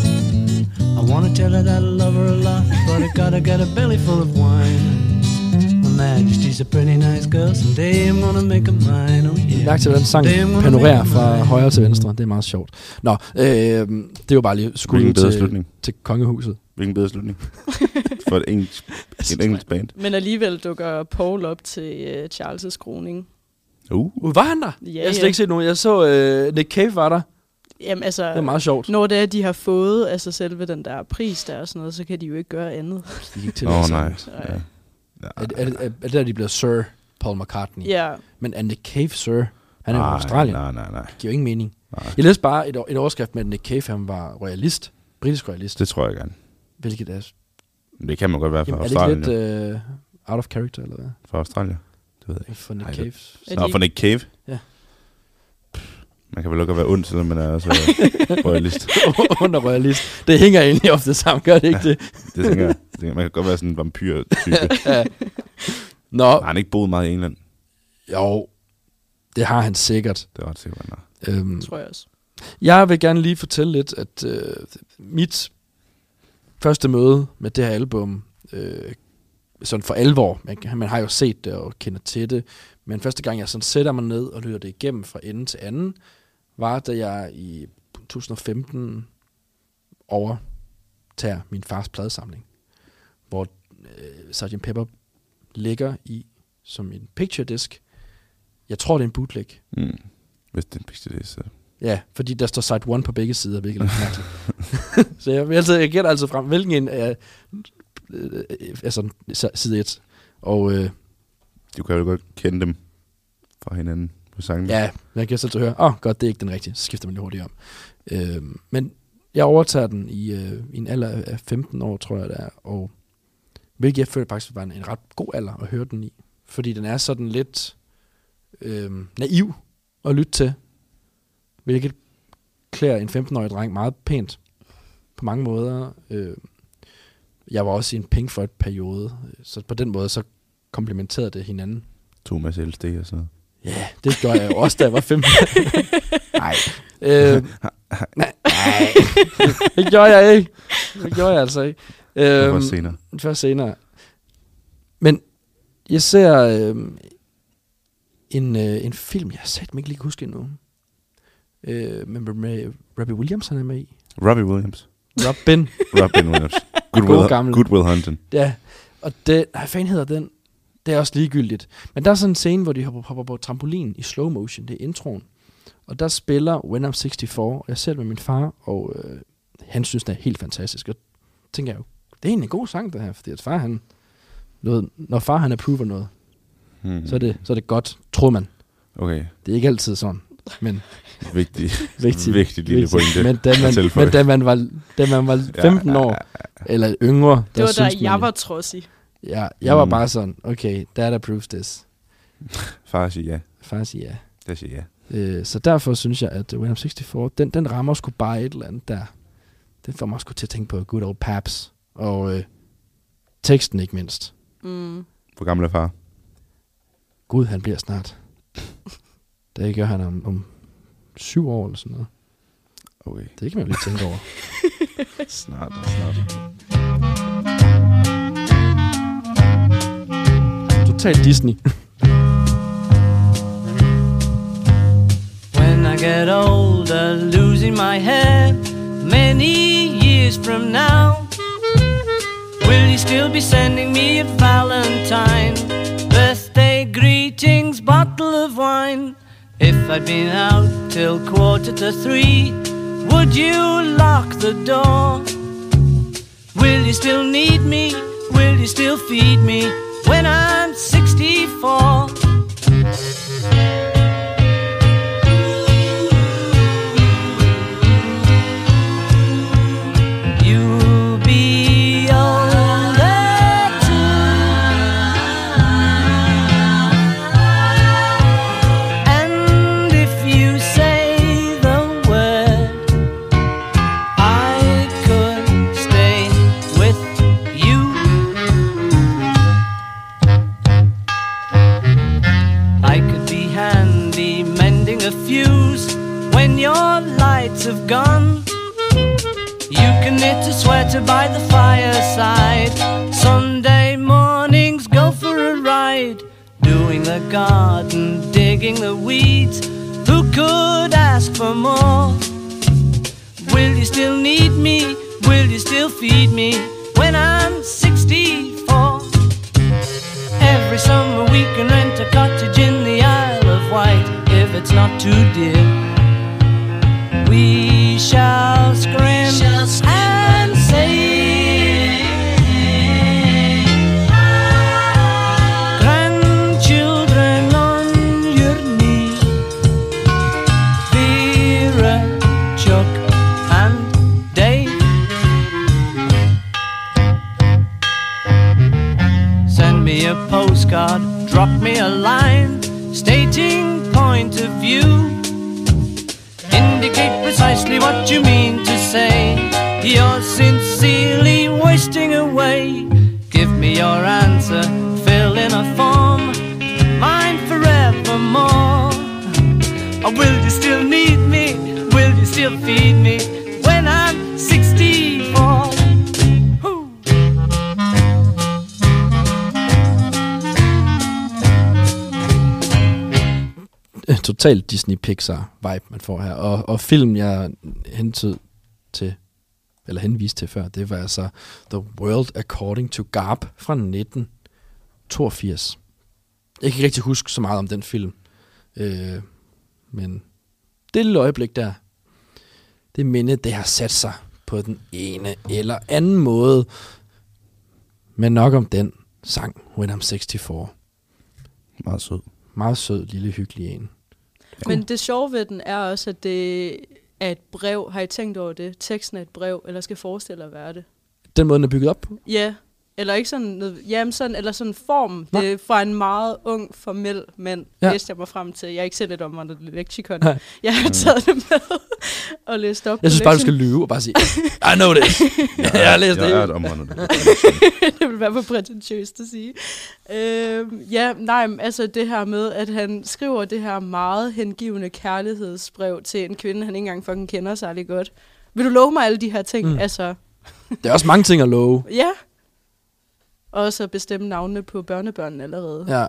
I wanna tell her that I love her a lot, but I gotta get a belly full of wine. Her Majesty's a pretty nice girl, someday I'm gonna make her mine. Oh yeah. Lagt til, hvordan sang panorerer fra højre til venstre. Det er meget sjovt. Nå, det er jo bare lige skud til kongehuset. Hvilken bedre slutning? For et engelsk band. Men alligevel dukker Paul op til Charles' kroning. Var han der? Ja, jeg har slet ikke set nogen. Jeg så Nick Cave var der. Jamen altså, det er meget sjovt. Når det er, de har fået altså selve den der pris der og sådan noget, så kan de jo ikke gøre andet. De gik til nej. Ja. Er det der, de bliver Sir Paul McCartney? Ja. Men er Nick Cave Sir? Han er jo Australien. Nej. Det giver jo ingen mening. Nej. Jeg læste bare et overskrift med, at Nick Cave han var royalist. Britisk royalist. Det tror jeg gerne. Hvilket er... Det kan man godt være for Australien. Er det lidt out of character, eller hvad? For Australien? Det ved jeg ikke. For Nick Cave. For Nick Cave? Ja. Man kan vel lukke at være ond, selvom man er også royalist. Ond og royalist. Det hænger egentlig ofte sammen, gør det ikke det? Det tænker jeg. Man kan godt være sådan en vampyr-type. Ja. Nå. Har han ikke boet meget i England? Jo, det har han sikkert. Det er ret sikkert, tror jeg også. Jeg vil gerne lige fortælle lidt, at mit første møde med det her album, sådan for alvor, man har jo set det og kender til det, men første gang jeg sådan sætter mig ned og lytter det igennem fra ende til anden, var da jeg i 2015 overtager min fars pladesamling, hvor Sgt. Pepper ligger i som en picture disc. Jeg tror, det er en bootleg. Hvis det er en picture disc, så... Ja, fordi der står side 1 på begge sider, hvilket er mærkeligt. Så jeg gætter altså frem, hvilken en er altså side 1. Og du kan jo godt kende dem fra hinanden på sangen. Ja, jeg kan selv høre, godt, det er ikke den rigtige, så skifter man lige hurtigt om. Men jeg overtager den i en alder af 15 år, tror jeg det er, og hvilket jeg føler faktisk var en ret god alder at høre den i, fordi den er sådan lidt naiv at lytte til, hvilket klæder en 15-årig dreng meget pænt på mange måder. Jeg var også i en Pink Floyd-periode, så på den måde så komplementerede det hinanden. Tog en masse LSD og sådan noget. Ja, det gjorde jeg jo også, da jeg var 15. Nej. Nej. Det gjorde jeg ikke. Det gjorde jeg altså ikke. Først senere. Men jeg ser en film, jeg satme ikke lige huske endnu. Med Robbie Williams, han er med i. Robbie Williams. Robin Williams. Good Will Hunting. Ja, og hvad fanden hedder den? Det er også ligegyldigt. Men der er sådan en scene, hvor de hopper på trampolin i slow motion. Det er introen. Og der spiller When I'm 64, og jeg ser det med min far, og han synes, det er helt fantastisk. Og tænker jeg jo, det er en god sang, det her, fordi at far, når far han approver noget, så er det godt, tror man. Okay. Det er ikke altid sådan, men... Vigtigt lille pointe. Men da man var 15 år, eller yngre... Det var da jeg var trodsig. Ja, jeg var bare sådan, okay, dad approves this. Far siger ja. Far siger ja. Det siger ja. Så derfor synes jeg, at When I'm 64, den rammer sgu bare et eller andet der. Den får mig sgu til at tænke på Good Old Paps. Og teksten ikke mindst. Hvor gammel er far? Gud, han bliver snart. Det gør han om 7 år eller sådan noget. Okay. Det kan man jo lige tænke over. Snart. Total Disney. When I get older, losing my head, many years from now, will you still be sending me a Valentine, birthday greetings, bottle of wine? If I'd been out till 2:45, would you lock the door? Will you still need me? Will you still feed me when I'm 64? You'll be older too, and if you say the word, I could stay with you. have gone. You can knit a sweater by the fireside. Sunday mornings go for a ride. Doing the garden, digging the weeds. Who could ask for more? Will you still need me? Will you still feed me when I'm 64? Every summer we can rent a cottage in the Isle of Wight. If it's not too dear, we shall scream and say, grandchildren on your knee, Vera, Chuck and Dave. Send me a postcard, drop me a line, stating point of view. Indicate precisely what you mean to say. You're sincerely wasting away. Give me your answer, fill in a form, mine forevermore. Or will you still need me? Will you still feed me when I'm 64? Woo. Total Disney-Pixar-vibe, man får her. Og film, jeg henviste til før, det var altså The World According to Garp fra 1982. Jeg kan ikke rigtig huske så meget om den film. Men det lille øjeblik der, det minde, det har sat sig på den ene eller anden måde. Men nok om den sang, When I'm 64. Meget sød. Meget sød, lille, hyggelig en. Men det sjove ved den er også, at det er et brev. Har I tænkt over det? Teksten er et brev, eller skal forestille at være det? Den måde, den er bygget op på? Ja, eller ikke sådan noget, jamen sådan, eller sådan en form. Det er fra en meget ung, formel mand, læste jeg mig frem til. Jeg er ikke selv et omvandret leksikon. Jeg har taget det med og læst op. Jeg synes bare, du skal lyve og bare sige, I know this. Jeg har læst det. Jeg er et omvandret. Det vil være for prætentiøst at sige. Altså det her med, at han skriver det her meget hengivende kærlighedsbrev til en kvinde, han ikke engang fucking kender særlig godt. Vil du love mig alle de her ting? Altså. Der er også mange ting at love. Ja. Og så bestemme navnene på børnebørnene allerede. Ja.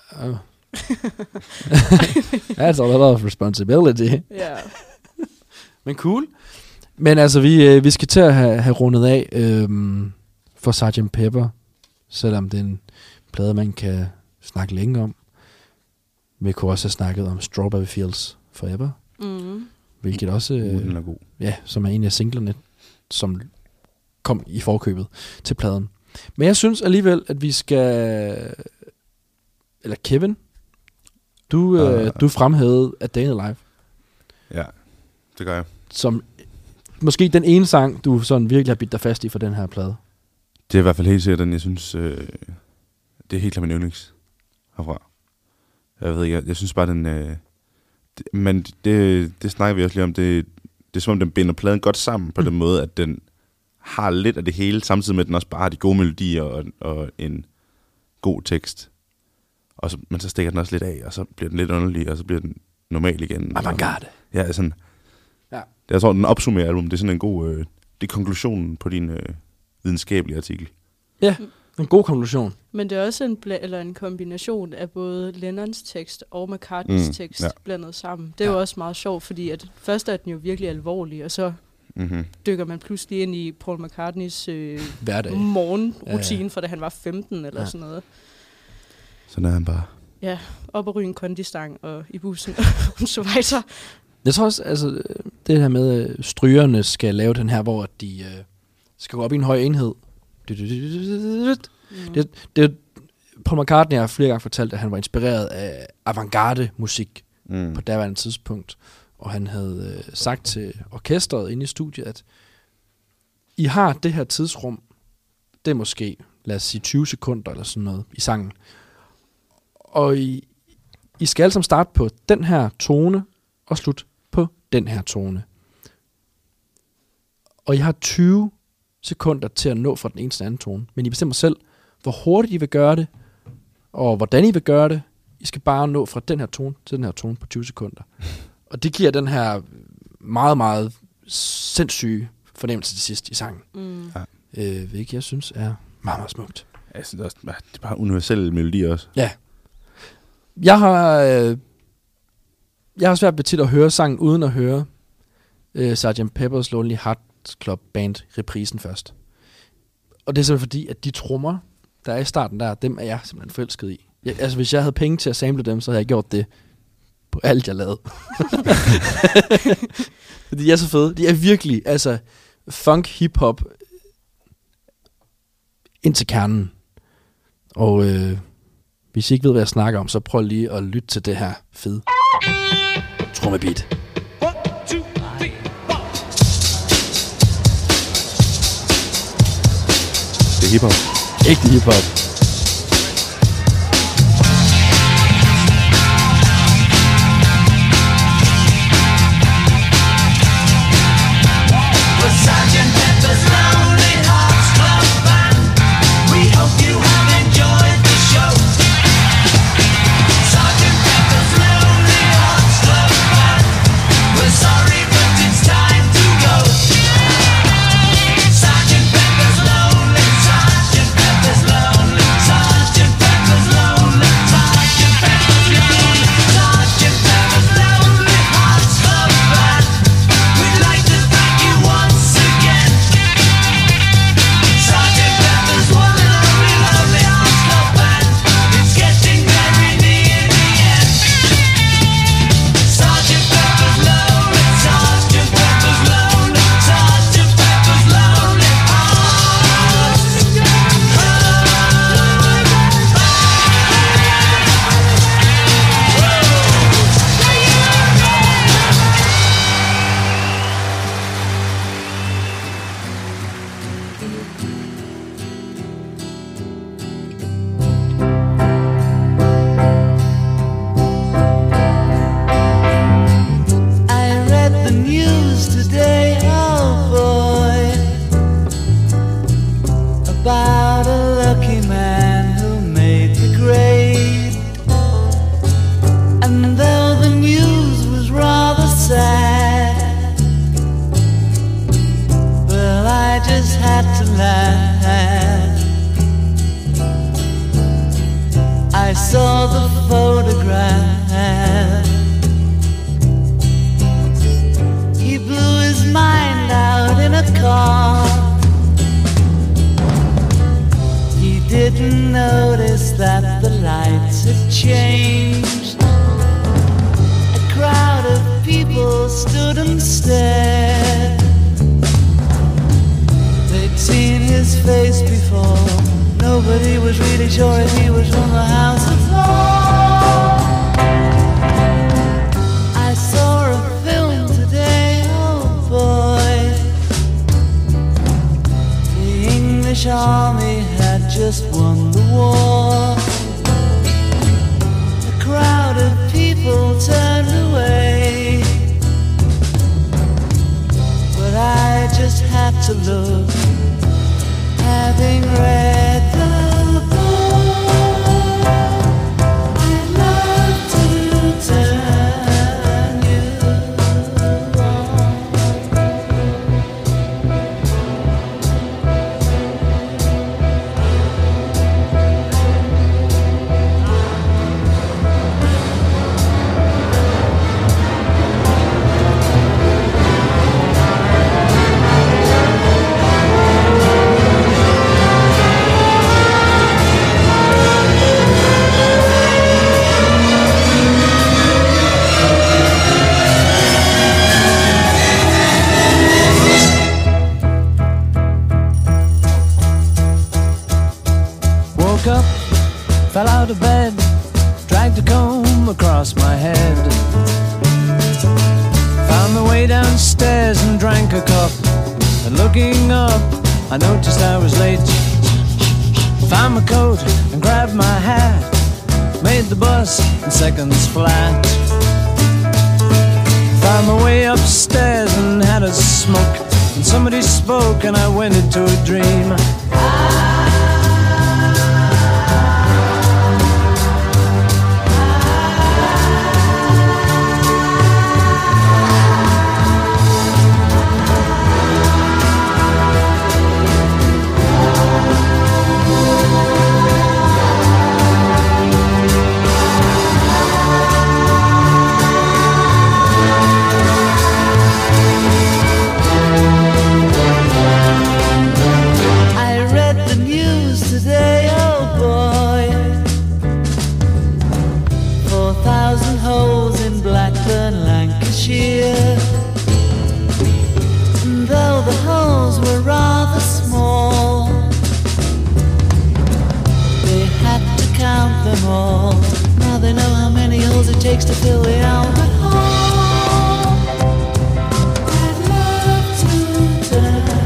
That's a lot of responsibility. Ja. Men cool. Men altså, vi skal til at have rundet af for Sgt. Pepper, selvom det er en plade, man kan snakke længe om. Vi kunne også have snakket om Strawberry Fields Forever. Mm. Hvilket også den er god. Ja, som er en af singlerne, som kom i forkøbet til pladen. Men jeg synes alligevel, at vi skal... Eller Kevin, du fremhævede A Day in the Life. Ja, det gør jeg. Som måske den ene sang, du sådan virkelig har bidt dig fast i for den her plade. Det er i hvert fald helt sikkert den, jeg synes... det er helt klart min yndlings herfra. Jeg ved ikke, jeg synes bare, den... men det snakker vi også lige om. Det er som om, den binder pladen godt sammen på den måde, at den har lidt af det hele, samtidig med, at den også bare har de gode melodier og en god tekst. Men så stikker den også lidt af, og så bliver den lidt underlig, og så bliver den normal igen. Avantgarde. Ja, sådan. Ja. Jeg tror, den opsummerer album. Det er sådan en god... det er konklusionen på din videnskabelige artikel. Ja, en god konklusion. Men det er også en kombination af både Lennons tekst og McCartneys tekst blandet sammen. Det er jo også meget sjovt, fordi at først er den jo virkelig alvorlig, og så dykker man pludselig ind i Paul McCartneys morgenrutine, fra da han var 15 eller sådan noget. Sådan er han bare. Ja, op og ryge en kondistang og i bussen og så videre. Jeg tror også, altså, det her med, at strygerne skal lave den her, hvor de skal gå op i en høj enhed. Paul McCartney har flere gange fortalt, at han var inspireret af avantgarde musik på daværende tidspunkt. Og han havde sagt til orkestret inde i studiet, at I har det her tidsrum, det er måske, lad os sige 20 sekunder eller sådan noget i sangen. Og I skal alle sammen starte på den her tone og slutte på den her tone. Og I har 20 sekunder til at nå fra den ene til den anden tone. Men I bestemmer selv, hvor hurtigt I vil gøre det, og hvordan I vil gøre det. I skal bare nå fra den her tone til den her tone på 20 sekunder. Og det giver den her meget, meget sindssyge fornemmelse til sidst i sangen. Hvilket jeg synes er meget, meget smukt. Jeg synes også, det er bare universelle melodi også. Ja. Jeg har svært ved tit at høre sangen uden at høre Sgt. Pepper's Lonely Hearts Club Band reprisen først. Og det er simpelthen fordi, at de trommer, der er i starten der, dem er jeg simpelthen forelsket i. Altså, hvis jeg havde penge til at sample dem, så havde jeg gjort det på alt, jeg lavede. Fordi de er så fede. De er virkelig, altså, funk, hip-hop ind til kernen. Og hvis I ikke ved, hvad jeg snakker om, så prøv lige at lytte til det her fede trommebeat. Det er hiphop. Ægte hiphop. anymore. Now they know how many holes it takes to fill the alcohol. I'd love to die.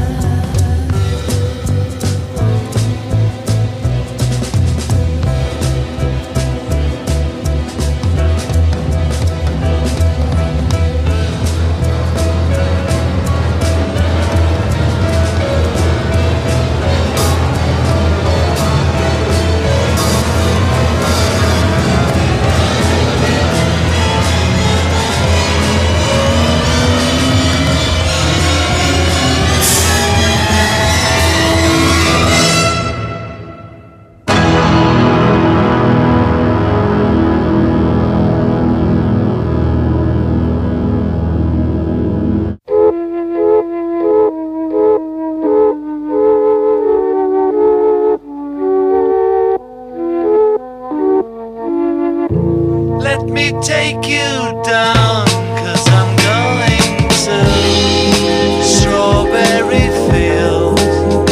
Let me take you down, 'cause I'm going to strawberry fields.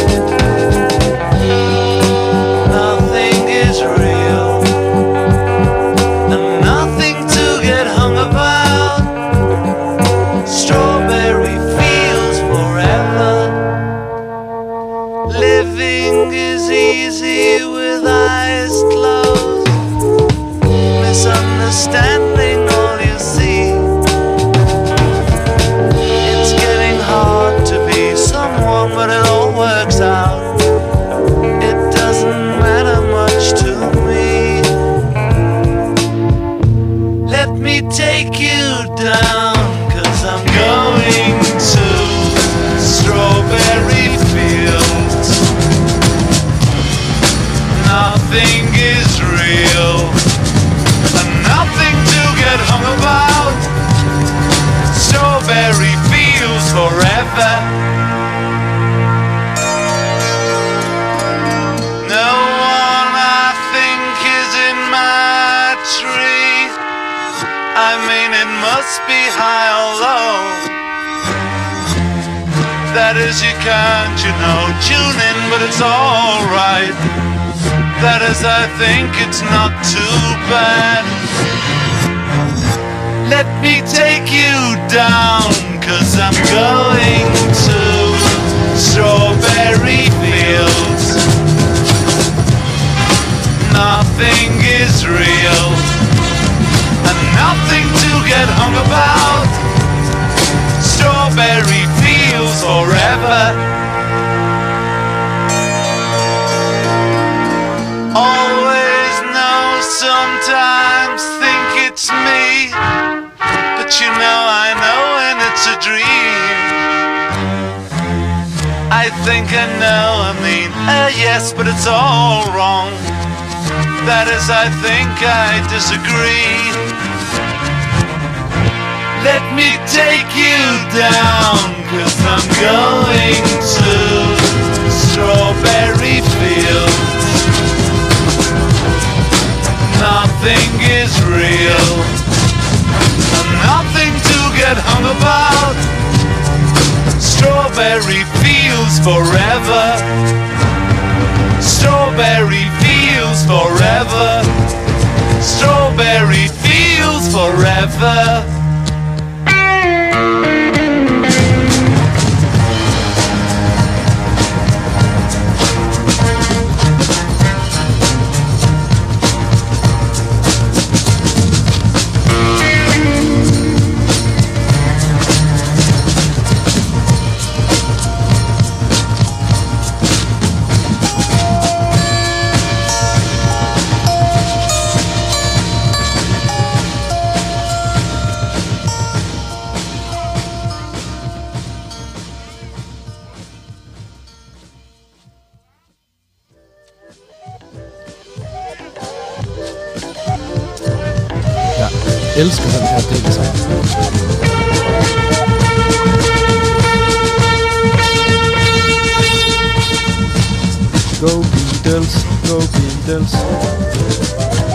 Nothing is real, and nothing to get hung about. Strawberry fields forever. Living is easy with eyes closed. Misunderstanding all you see. It's getting hard to be someone, but it all works out. It doesn't matter much to me. Let me take you down, 'cause I'm going to strawberry fields. Nothing is real, nothing to get hung about. Strawberry fields forever. No one I think is in my tree. I mean, it must be high or low. That is, you can't, tune in, but it's alright. That is, I think it's not too bad. Let me take you down, 'cause I'm going to strawberry fields. Nothing is real, and nothing to get hung about. Strawberry fields forever. Always know, sometimes think it's me, but I know when it's a dream. I think I know, yes, but it's all wrong. That is, I think I disagree. Let me take you down, 'cause I'm going to strawberry fields. Nothing is real, and nothing to get hung about. Strawberry fields forever. Strawberry fields forever. Strawberry fields forever. Elsker den her del sang. Go Beatles, go Beatles.